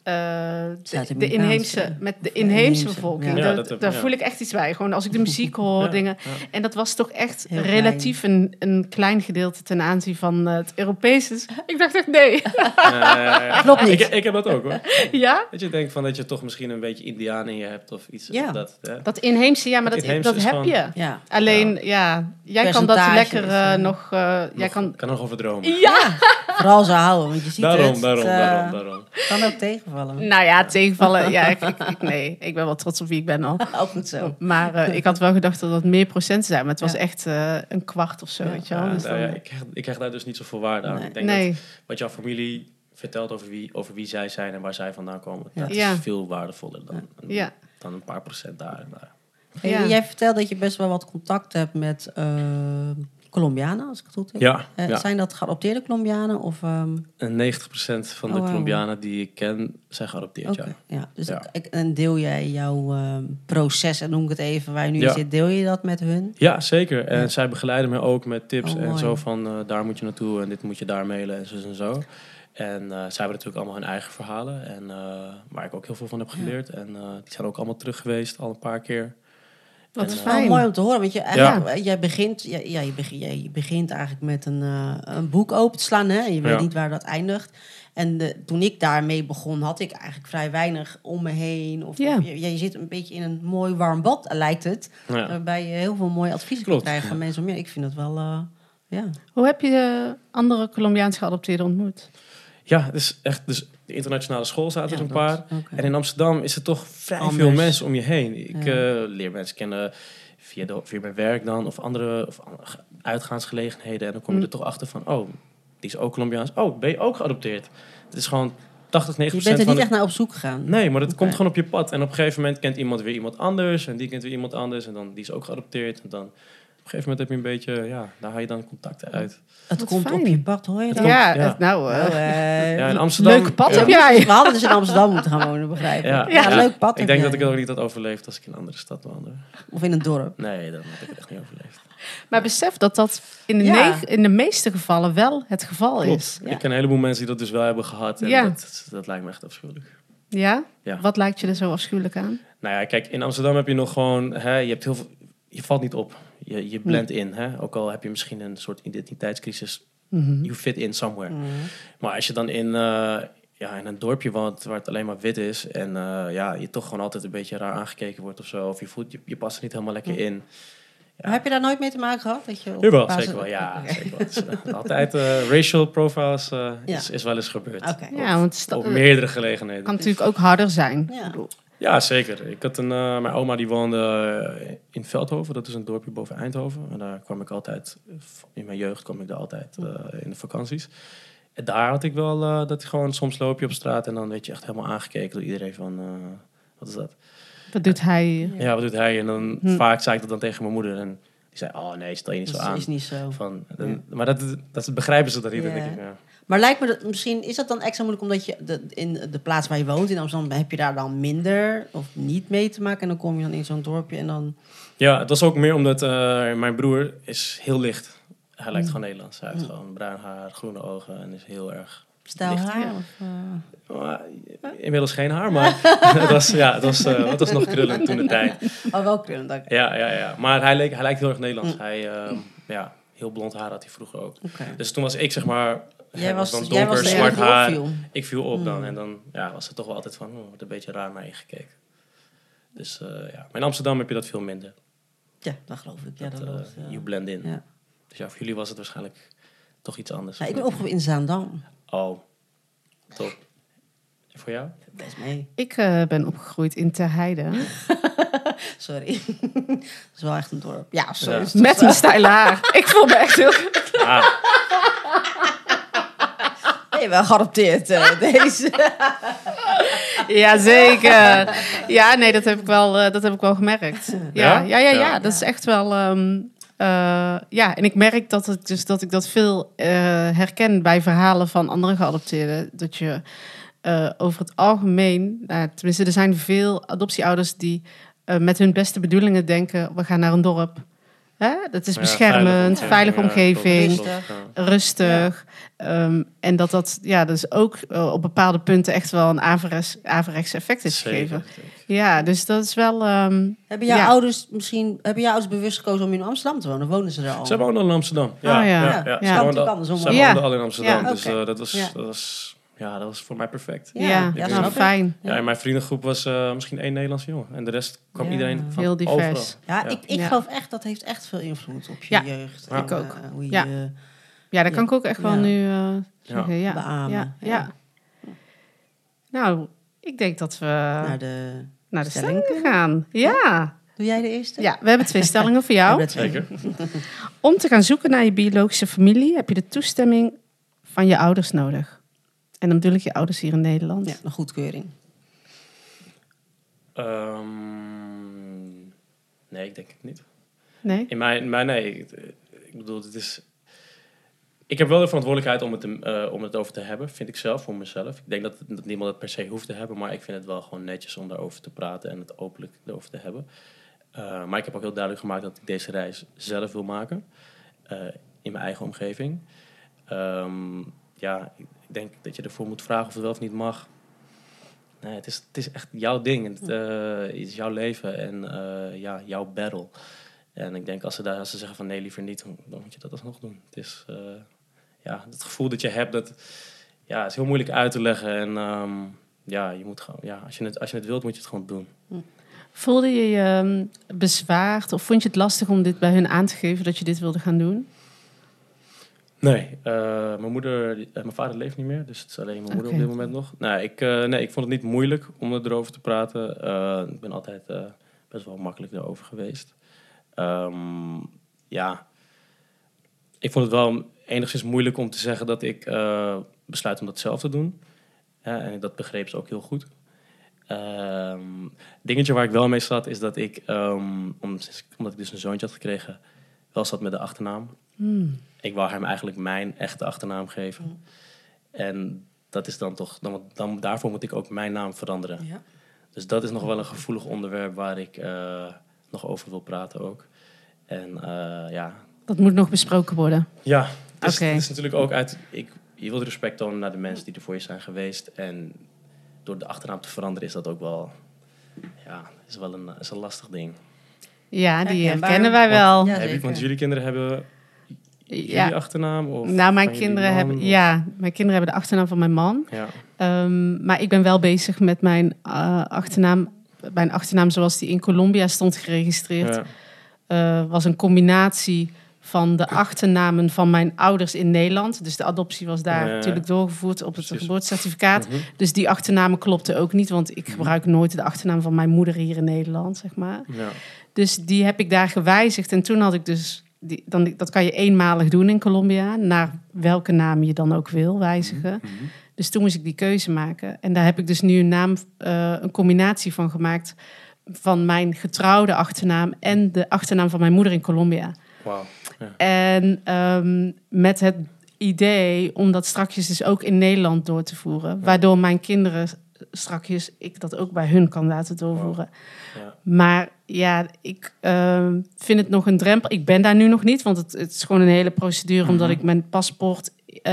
de inheemse bevolking. Ja. Daar voel ik echt iets bij. Gewoon als ik de muziek hoor, dingen. Ja. En dat was toch echt Heel relatief een klein gedeelte ten aanzien van het Europese. Ik dacht echt, nee. Klopt niet. Ik heb dat ook hoor. Ja? Dat je denkt van dat je toch misschien een beetje Indiaan in je hebt of iets. Ja. Dat inheemse, ja, maar Het inheemse dat is heb gewoon- je. Ja. Alleen, jij kan dat Percentage lekker is, nog... jij kan... Kan er nog over dromen. Ja! Vooral zo houden, want je ziet Daarom. het kan ook tegenvallen. Nou ja, tegenvallen. Ja, nee, ik ben wel trots op wie ik ben al. Ook goed zo. Maar ik had wel gedacht dat het meer procenten zijn. Maar het was echt een kwart of zo, Ja. weet je wel. Dus dan- Ik krijg daar dus niet zoveel waarde aan. Nee. Ik denk Nee. dat wat jouw familie vertelt over wie zij zijn en waar zij vandaan komen, dat Ja. is veel waardevoller Ja. dan een paar procent daar en daar. Hey, Ja. Jij vertelt dat je best wel wat contact hebt met Colombianen, als ik het goed heb. Ja. Zijn dat geadopteerde Colombianen? Of, En 90% van de Oh, wow. Colombianen die ik ken zijn geadopteerd, oké, ja. ja. Dus Ja. en deel jij jouw proces, en noem ik het even, waar je nu in Ja. zit, deel je dat met hun? Ja, zeker. En Ja. zij begeleiden me ook met tips Oh, en mooi. zo van daar moet je naartoe en dit moet je daar mailen en zo. En zij hebben natuurlijk allemaal hun eigen verhalen. En waar ik ook heel veel van heb geleerd. En die zijn ook allemaal terug geweest, al een paar keer. Wat Dat is fijn. wel mooi om te horen, want jij begint eigenlijk met een boek open te slaan. Hè? Je weet Ja. niet waar dat eindigt. En toen ik daarmee begon, had ik eigenlijk vrij weinig om me heen. Ja. Je zit een beetje in een mooi warm bad, lijkt het. Ja. Waarbij je heel veel mooie adviezen kan Klopt, krijgen ja. van mensen om je. Ik vind dat wel, ja. Hoe heb je de andere Colombiaans geadopteerden ontmoet? Ja, het is echt. Dus de internationale school zaten er een Ja, paar. dat- oké. En in Amsterdam is er toch vrij Anders. veel mensen om je heen. Ik Ja. leer mensen kennen via mijn werk dan. Of andere uitgaansgelegenheden. En dan kom je er toch achter van... Oh, die is ook Colombiaans. Oh, ben je ook geadopteerd? Het is gewoon 80, 90% Je bent er van niet echt naar op zoek gegaan. Nee, maar dat Oké. komt gewoon op je pad. En op een gegeven moment kent iemand weer iemand anders. En die kent weer iemand anders. En dan die is ook geadopteerd. En dan op een gegeven moment heb je een beetje... Ja, daar haal je dan contacten uit. Het Wat komt fijn. op je pad, hoor je dat? Ja, ja. nou, Ja, in Amsterdam... leuke pad ja. heb jij. We hadden dus in Amsterdam moeten gaan wonen, begrijp ik. Ja, Ja, leuk pad Ik heb denk jij. dat ik het ook niet had overleefd als ik in een andere stad woonde. Of in een dorp. Nee, dan had ik het echt niet overleefd. Maar besef dat dat in de, Ja. in de meeste gevallen wel het geval is. Klopt. Ja. Ik ken een heleboel mensen die dat dus wel hebben gehad. En Ja. dat lijkt me echt afschuwelijk. Ja? Ja. Wat lijkt je er zo afschuwelijk aan? Nou ja, kijk, in Amsterdam heb je nog gewoon... je hebt heel veel... Je valt niet op. Je blendt in. Hè? Ook al heb je misschien een soort identiteitscrisis. You fit in somewhere. Maar als je dan in een dorpje woont waar het alleen maar wit is... en je toch gewoon altijd een beetje raar aangekeken wordt of zo... of je voelt, je past er niet helemaal lekker in... Maar heb je daar nooit mee te maken gehad? Dat je op Jawel, basis- zeker wel. Ja, Oké. zeker wel. Het is, altijd racial profiles is wel eens gebeurd. Oké. Ja, want Op meerdere gelegenheden. kan natuurlijk ook harder zijn. Ja. Ik bedoel, Ja, zeker. Ik had mijn oma die woonde in Veldhoven. Dat is een dorpje boven Eindhoven. En daar kwam ik altijd, in mijn jeugd kwam ik daar altijd in de vakanties. En daar had ik wel, dat gewoon soms loop je op straat en dan werd je echt helemaal aangekeken door iedereen van, wat is dat? wat doet hij? Ja, wat doet hij? En dan vaak zei ik dat dan tegen mijn moeder en die zei, oh nee, stel je niet zo Dat aan. is niet zo. Maar dat begrijpen ze dat niet. Dan Ja. denk ik, ja. Maar lijkt me dat misschien is dat dan extra moeilijk omdat je in de plaats waar je woont in Amsterdam heb je daar dan minder of niet mee te maken en dan kom je dan in zo'n dorpje en dan Ja, het was ook meer omdat mijn broer is heel licht. Hij lijkt gewoon Nederlands. Hij heeft gewoon bruin haar, groene ogen en is heel erg... stijl licht. haar. Ja. Of, Maar, inmiddels geen haar, maar het was nog krullen toen de tijd. Oh, wel kunnen dat. Ja. Maar hij lijkt heel erg Nederlands. Hij, heel blond haar had hij vroeger ook. Oké. Dus toen was ik zeg maar... Jij was dan de donker, enige zwart die haar. opviel. Ik viel op dan. En dan was het toch wel altijd van... wordt een beetje raar naar je gekeken. Dus maar in Amsterdam heb je dat veel minder. Ja, dat geloof ik. Ja, dat loopt, You blend in. ja. Dus ja, voor jullie was het waarschijnlijk toch iets anders. Nou, ik ben opgegroeid in Zaandam. Oh, top. En voor jou? Best mee. Ik ben opgegroeid in Terheide. Sorry. Dat is wel echt een dorp. Ja, sorry. Ja. Met een stijle haar. Ik voel me echt heel... Ah, Nee, wel geadopteerd deze. Jazeker. Ja, nee, dat heb ik wel gemerkt. Ja? Ja? Dat is echt wel... en ik merk dat ik dat veel herken bij verhalen van andere geadopteerden. Dat je over het algemeen... tenminste, er zijn veel adoptieouders die met hun beste bedoelingen denken... we gaan naar een dorp Dat is beschermend, veilige omgeving, Rustig. rustig. En dat dus ook op bepaalde punten echt wel een averechts effect heeft gegeven. Ja, dus dat is wel... Hebben jouw ouders bewust gekozen om in Amsterdam te wonen? Of wonen ze er al? Ze woonden al in Amsterdam. Ze woonden al in Amsterdam. Ja, Dus dat was voor mij perfect. Nou, fijn. Ja, in mijn vriendengroep was misschien 1 Nederlandse jongen. En de rest kwam iedereen van heel divers. overal. Ja, ik geloof echt, dat heeft echt veel invloed op je jeugd. Ja. Ik ook. Hoe je Dat kan ik ook echt wel nu zeggen. Ja. beamen. Ja. Nou, ik denk dat we naar de stellingen gaan. Ja. Doe jij de eerste? Ja, we hebben 2 stellingen voor jou. Zeker. Om te gaan zoeken naar je biologische familie heb je de toestemming van je ouders nodig. En dan bedoel ik je ouders hier in Nederland. Ja, een goedkeuring. Nee, ik denk het niet. Nee? In mijn nee. Ik bedoel, het is... Ik heb wel de verantwoordelijkheid om het over te hebben, vind ik zelf, voor mezelf. Ik denk dat niemand het per se hoeft te hebben, maar ik vind het wel gewoon netjes om daarover te praten en het openlijk erover te hebben. Maar ik heb ook heel duidelijk gemaakt dat ik deze reis zelf wil maken, in mijn eigen omgeving. Ik denk dat je ervoor moet vragen of het wel of niet mag. Nee, het is echt jouw ding. Het is jouw leven en jouw battle. En ik denk als ze zeggen van nee, liever niet, dan moet je dat alsnog doen. Het is het gevoel dat je hebt, dat is heel moeilijk uit te leggen. En je moet gewoon, als je het wilt, moet je het gewoon doen. Voelde je je bezwaard of vond je het lastig om dit bij hun aan te geven dat je dit wilde gaan doen? Nee, mijn vader leeft niet meer, dus het is alleen mijn moeder op dit moment nog. Ik vond het niet moeilijk om erover te praten. Ik ben altijd best wel makkelijk erover geweest. Ik vond het wel enigszins moeilijk om te zeggen dat ik besluit om dat zelf te doen. En dat begreep ze ook heel goed. Dingetje waar ik wel mee zat is dat ik, omdat ik dus een zoontje had gekregen, wel zat met de achternaam. Ik wou hem eigenlijk mijn echte achternaam geven. En dat is dan toch... daarvoor moet ik ook mijn naam veranderen. Ja. Dus dat is nog wel een gevoelig onderwerp waar ik nog over wil praten ook. En dat moet nog besproken worden. Ja, het is natuurlijk ook je wilt respect tonen naar de mensen die er voor je zijn geweest. En door de achternaam te veranderen is dat ook wel... is wel een lastig ding. Ja, die herkennen wij wel. Want jullie kinderen hebben... Jullie achternaam? Of nou, mijn kinderen hebben de achternaam van mijn man. Ja. Maar ik ben wel bezig met mijn achternaam. Mijn achternaam zoals die in Colombia stond geregistreerd. Was een combinatie van de achternamen van mijn ouders in Nederland. Dus de adoptie was daar natuurlijk doorgevoerd op het geboortecertificaat. Dus die achternamen klopten ook niet. Want ik gebruik nooit de achternaam van mijn moeder hier in Nederland, zeg maar. Ja. Dus die heb ik daar gewijzigd. En toen had ik dus... dat kan je eenmalig doen in Colombia, naar welke naam je dan ook wil wijzigen. Dus toen moest ik die keuze maken. En daar heb ik dus nu een combinatie van gemaakt van mijn getrouwde achternaam en de achternaam van mijn moeder in Colombia. Wow. Ja. En met het idee om dat strakjes dus ook in Nederland door te voeren, waardoor mijn kinderen strakjes ik dat ook bij hun kan laten doorvoeren. Wow. Ja. Maar ik vind het nog een drempel. Ik ben daar nu nog niet, want het is gewoon een hele procedure, omdat ik mijn paspoort,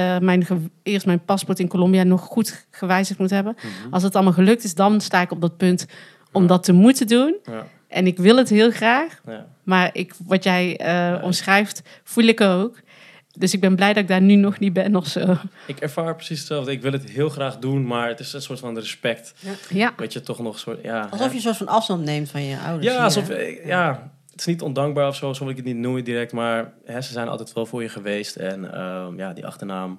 eerst mijn paspoort in Colombia nog goed gewijzigd moet hebben. Als het allemaal gelukt is, dan sta ik op dat punt om dat te moeten doen. Ja. En ik wil het heel graag, maar wat jij omschrijft, voel ik ook. Dus ik ben blij dat ik daar nu nog niet ben of zo. Ik ervaar precies hetzelfde. Ik wil het heel graag doen, maar het is een soort van respect. Ja. Weet je, toch nog een soort... alsof je een soort van afstand neemt van je ouders. Ja, alsof... Het is niet ondankbaar of zo wil ik het niet noemen direct, maar ze zijn altijd wel voor je geweest. En die achternaam...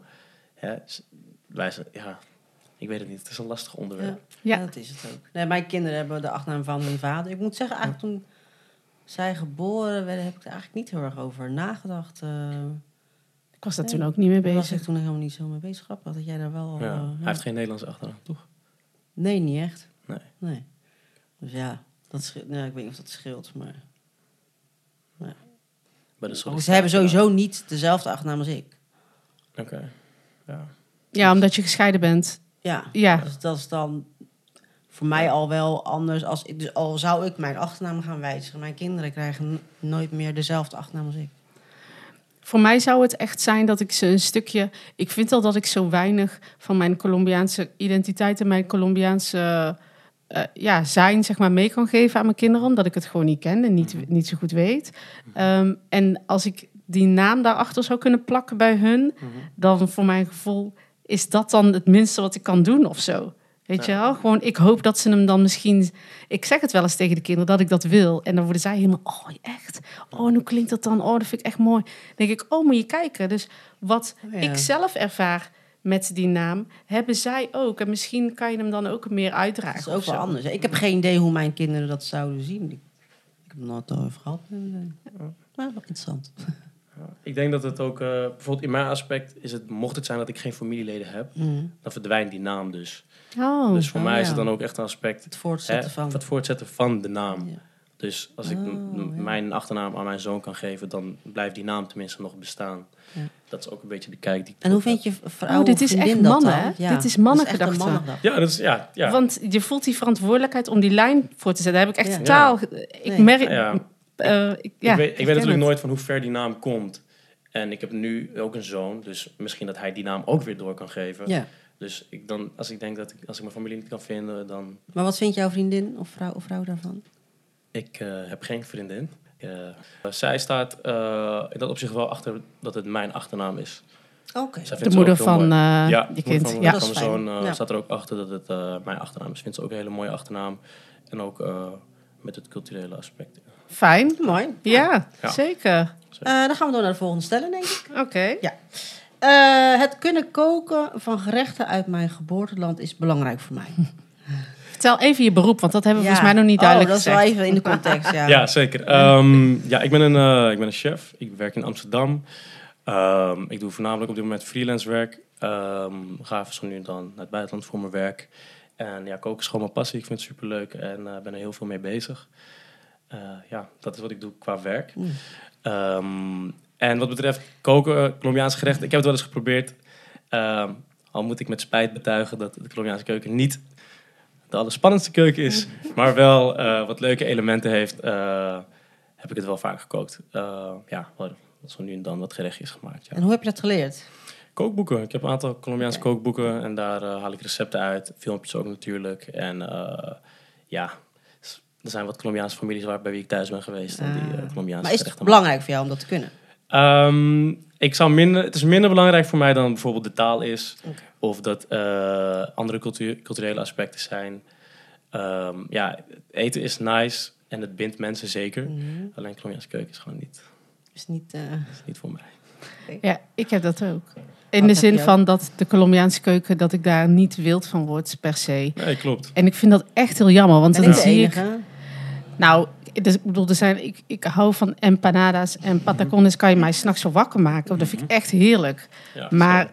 ik weet het niet. Het is een lastig onderwerp. Ja, dat is het ook. Nee, mijn kinderen hebben de achternaam van hun vader. Ik moet zeggen, eigenlijk toen zij geboren werden, heb ik er eigenlijk niet heel erg over nagedacht. Ik was daar toen ook niet mee bezig. Was ik toen helemaal niet zo mee bezig. Grappig dat jij daar wel al... Hij heeft geen Nederlandse achternaam, toch? Nee, niet echt. Nee. Dus dat scheelt. Ik weet niet of dat scheelt, maar... Ze hebben sowieso niet dezelfde achternaam als ik. Oké. Ja, omdat je gescheiden bent. Ja. Dus dat is dan... voor mij al wel anders. Dus al zou ik mijn achternaam gaan wijzigen. Mijn kinderen krijgen nooit meer dezelfde achternaam als ik. Voor mij zou het echt zijn dat ik ze een stukje... Ik vind al dat ik zo weinig van mijn Colombiaanse identiteit en mijn Colombiaanse zijn zeg maar mee kan geven aan mijn kinderen, omdat ik het gewoon niet ken en niet zo goed weet. En als ik die naam daarachter zou kunnen plakken bij hun, dan voor mijn gevoel is dat dan het minste wat ik kan doen of zo. Weet je wel? Gewoon, ik hoop dat ze hem dan misschien... Ik zeg het wel eens tegen de kinderen dat ik dat wil. En dan worden zij helemaal, oh, echt? Oh, en hoe klinkt dat dan? Oh, dat vind ik echt mooi. Dan denk ik, oh, moet je kijken. Dus wat ik zelf ervaar met die naam, hebben zij ook. En misschien kan je hem dan ook meer uitdragen. Dat is ook wel anders. Ik heb geen idee hoe mijn kinderen dat zouden zien. Ik heb het nooit over gehad. Maar wel interessant. Ik denk dat het ook, bijvoorbeeld in mijn aspect, mocht het zijn dat ik geen familieleden heb, dan verdwijnt die naam dus. Oh, dus voor mij is het dan ook echt een aspect. Het voortzetten van de naam. Ja. Dus als ik ja. mijn achternaam aan mijn zoon kan geven, dan blijft die naam tenminste nog bestaan. Ja. Dat is ook een beetje de kijk die ik En hoe vind je vrouw dit is echt mannen, hè? Ja. Dit is mannengedachte. Ja, dat is, ja. Want je voelt die verantwoordelijkheid om die lijn voor te zetten. Daar heb ik echt totaal... Ik merk... ik weet natuurlijk nooit van hoe ver die naam komt. En ik heb nu ook een zoon, dus misschien dat hij die naam ook weer door kan geven. Ja. Dus als ik denk dat als ik mijn familie niet kan vinden, dan... Maar wat vindt jouw vriendin of vrouw daarvan? Ik heb geen vriendin. Zij staat in dat opzicht wel achter dat het mijn achternaam is. Oké. De moeder van je kind. Van mijn zoon staat er ook achter dat het mijn achternaam is. Vindt ze ook een hele mooie achternaam. En ook met het culturele aspect. Fijn. Mooi. Ja, zeker. Dan gaan we door naar de volgende stelling, denk ik. Oké. Ja. Het kunnen koken van gerechten uit mijn geboorteland is belangrijk voor mij. Vertel even je beroep, want dat hebben we volgens mij nog niet duidelijk gezegd. Dat is wel even in de context, ja. Ja, zeker. Ik ben een chef. Ik werk in Amsterdam. Ik doe voornamelijk op dit moment freelance werk. Ga even zo nu en dan naar het buitenland voor mijn werk. En ja, koken is gewoon mijn passie. Ik vind het superleuk en ben er heel veel mee bezig. Dat is wat ik doe qua werk. En wat betreft koken, Colombiaanse gerechten, ik heb het wel eens geprobeerd. Al moet ik met spijt betuigen dat de Colombiaanse keuken niet de allerspannendste keuken is, maar wel wat leuke elementen heeft, heb ik het wel vaak gekookt. Zo nu en dan wat gerechtjes gemaakt. Ja. En hoe heb je dat geleerd? Kookboeken. Ik heb een aantal Colombiaanse kookboeken en daar haal ik recepten uit. Filmpjes ook natuurlijk. En er zijn wat Colombiaanse families bij wie ik thuis ben geweest. En die Colombiaanse maar is het belangrijk voor jou om dat te kunnen? Het is minder belangrijk voor mij dan bijvoorbeeld de taal is. Okay. Of dat andere culturele aspecten zijn. Eten is nice en het bindt mensen zeker. Mm-hmm. Alleen Colombiaanse keuken is gewoon niet... Is niet voor mij. Okay. Ja, ik heb dat ook. In de zin van dat de Colombiaanse keuken, dat ik daar niet wild van word per se. Nee, klopt. En ik vind dat echt heel jammer. Want dan zie ik... Nou, Dus, ik hou van empanadas en patacones. Kan je mij 's nachts zo wakker maken? Dat vind ik echt heerlijk. Ja, maar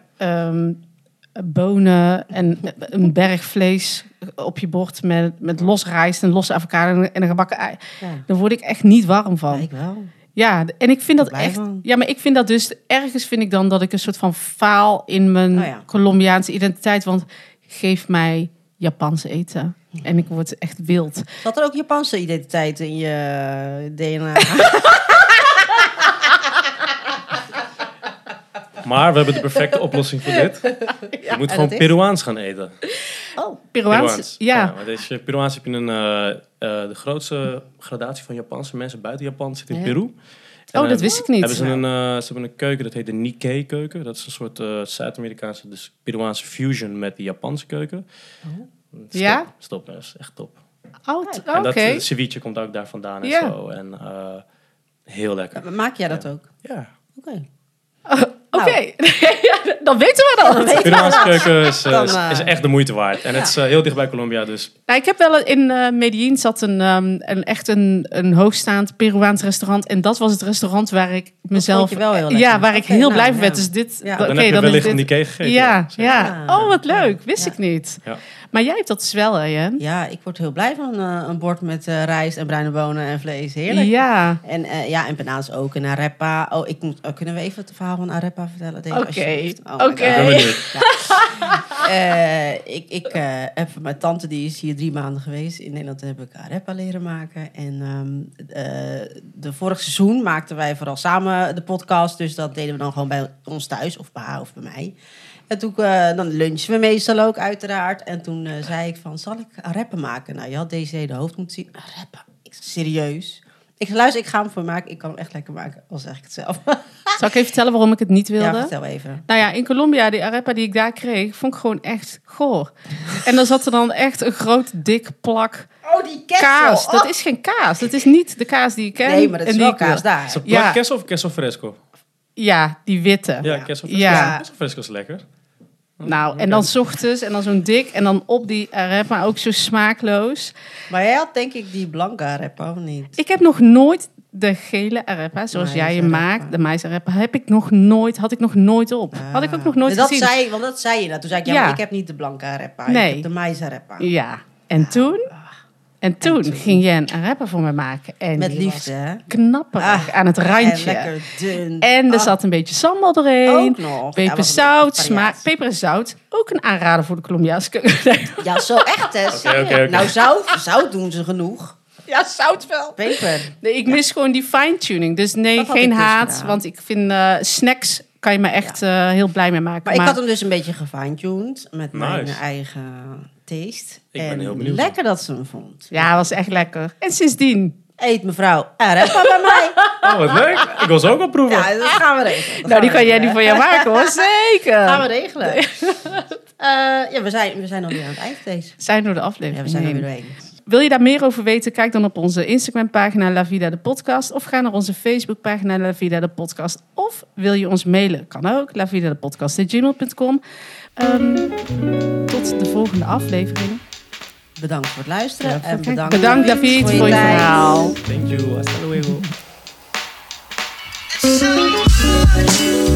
bonen en een berg vlees op je bord met los rijst en losse avocado en een gebakken ei. Ja. Daar word ik echt niet warm van. Ja, ik wel. Ja, en ik vind dat echt... Ja, maar ik vind dat dus... Ergens vind ik dan dat ik een soort van faal in mijn Colombiaanse identiteit. Want geef mij Japans eten. En ik word echt wild. Zat er ook Japanse identiteit in je DNA? Maar we hebben de perfecte oplossing voor dit. Je moet gewoon Peruaans gaan eten. Oh, Peruaans? Ja. Peruaans heb je de grootste gradatie van Japanse mensen buiten Japan zit in Peru. En dat wist ik niet. Ze hebben een keuken, dat heet de Nikkei-keuken. Dat is een soort Zuid-Amerikaanse, dus Peruaanse fusion met de Japanse keuken. Stop, dat is echt top. En dat ceviche komt ook daar vandaan en zo. En heel lekker. Maak jij dat ook? Ja. Oké. Oké, dan weten we dat. De Peruaanse keuken is echt de moeite waard. En het is heel dicht bij Colombia. Dus. Nou, ik heb wel in Medellin zat een hoogstaand Peruaans restaurant. En dat was het restaurant waar ik mezelf... waar ik heel blij van werd. Dus dit... Dan heb je wellicht een Nikkei gegeten. Ja. Oh, wat leuk. Wist ik niet. Ja. Maar jij hebt dat dus wel, hè, Jen? Ja, ik word heel blij van een bord met rijst en bruine bonen en vlees. Heerlijk. Ja. En empanadas ook. En arepa. Kunnen we even het verhaal van arepa arepa vertellen? Deze, Oké. alsjeblieft? Oh my Oké. God. Ik ben benieuwd. Ik heb mijn tante, die is hier 3 maanden geweest. In Nederland heb ik arepa leren maken. En de vorige seizoen maakten wij vooral samen de podcast. Dus dat deden we dan gewoon bij ons thuis. Of bij haar of bij mij. En toen dan lunchen we meestal ook uiteraard. En toen zei ik van, zal ik arepa maken? Nou, je had deze hele hoofd moeten zien. Arepa? Ik zei, serieus? Ik zei, luister, ik ga hem voor maken. Ik kan hem echt lekker maken, al zeg ik het zelf. Zal ik even vertellen waarom ik het niet wilde? Ja, vertel even. Nou ja, in Colombia, die arepa die ik daar kreeg, vond ik gewoon echt goor. En dan zat er dan echt een groot, dik plak Oh, die ketchup. kaas. Oh. Dat is geen kaas. Dat is niet de kaas die ik ken. Nee, maar dat is en die wel ik wil. kaas daar. Is het Ja. queso of queso fresco? Ja, die witte. Ja, queso fresco. Ja. Queso fresco is lekker. Nou, en dan 's ochtends en dan zo'n dik en dan op die arepa ook zo smaakloos. Maar jij had denk ik die blanke arepa, of niet? Ik heb nog nooit de gele arepa, zoals jij je Maïsarepa. maakt, de maïsarepa, had ik nog nooit op. Had ik ook nog nooit dat gezien. zei, want dat zei je. Nou, toen zei ik, ja, Ja. maar ik heb niet de blanke arepa. Nee. Ik heb de maïsarepa. Ja, en toen ging jij een arepa voor me maken. En Met die liefde, hè? was knapperig aan het randje. En lekker dun. En er Ah, zat een beetje sambal doorheen. ook nog. Peper, Ja, was een zout, variatie. smaak. Peper en zout. Ook een aanrader voor de Colombiaanse keuken. Ja, zo echt, hè? Oké. Nou, zout doen ze genoeg. Ja, zout wel. Peper. Nee, ik mis gewoon die fine-tuning. Dus nee, Dat had geen ik dus haat. gedaan. Want ik vind snacks kan je me echt heel blij mee maken. Maar ik had hem dus een beetje gefine-tuned met mijn Nice. eigen taste. Ik ben en heel benieuwd. lekker dat ze hem vond. Ja, was echt lekker. En sindsdien. Eet mevrouw arepa bij mij. Oh, wat leuk. Ik wil ze ook wel proeven. Ja, dat gaan we regelen. Dat Nou, die gaan kan we jij niet regelen. voor jou maken hoor. Zeker. Gaan we regelen. Ja, we zijn alweer aan het eind deze. Zijn door de Ja, aflevering we zijn er heen. weer doorheen. Wil je daar meer over weten? Kijk dan op onze Instagram-pagina La Vida de Podcast. Of ga naar onze Facebook-pagina La Vida de Podcast. Of wil je ons mailen? Kan ook. lavidadepodcast@gmail.com. Tot de volgende aflevering. Bedankt voor het luisteren. Ja, en bedankt, bedankt David voor je tijd. verhaal. Thank you. Hasta luego. So